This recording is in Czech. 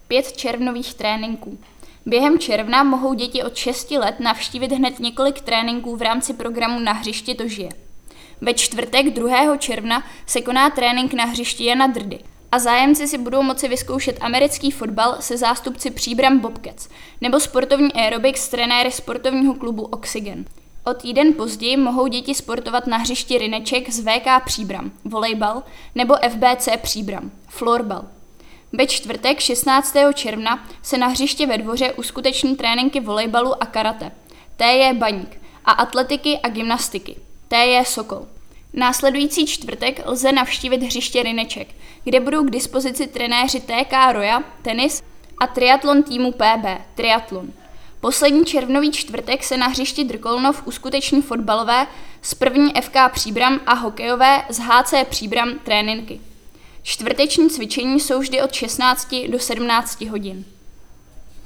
5 červnových tréninků. Během června mohou děti od 6 let navštívit hned několik tréninků v rámci programu Na hřišti to žije. Ve čtvrtek 2. června se koná trénink na hřišti Jana Drdy a zájemci si budou moci vyzkoušet americký fotbal se zástupci Příbram Bobcats nebo sportovní aerobik s trenéry sportovního klubu Oxygen. O týden později mohou děti sportovat na hřišti Ryneček z VK Příbram, volejbal, nebo FBC Příbram, florbal. Ve čtvrtek 16. června se na hřiště ve Dvoře uskuteční tréninky volejbalu a karate, TJ Baník, a atletiky a gymnastiky, TJ Sokol. Následující čtvrtek lze navštívit hřiště Ryneček, kde budou k dispozici trenéři TK Roja, tenis, a triatlon týmu PB, triatlon. Poslední červnový čtvrtek se na hřišti Drkolnov uskuteční fotbalové z první FK Příbram a hokejové z HC Příbram tréninky. Čtvrteční cvičení jsou vždy od 16 do 17 hodin.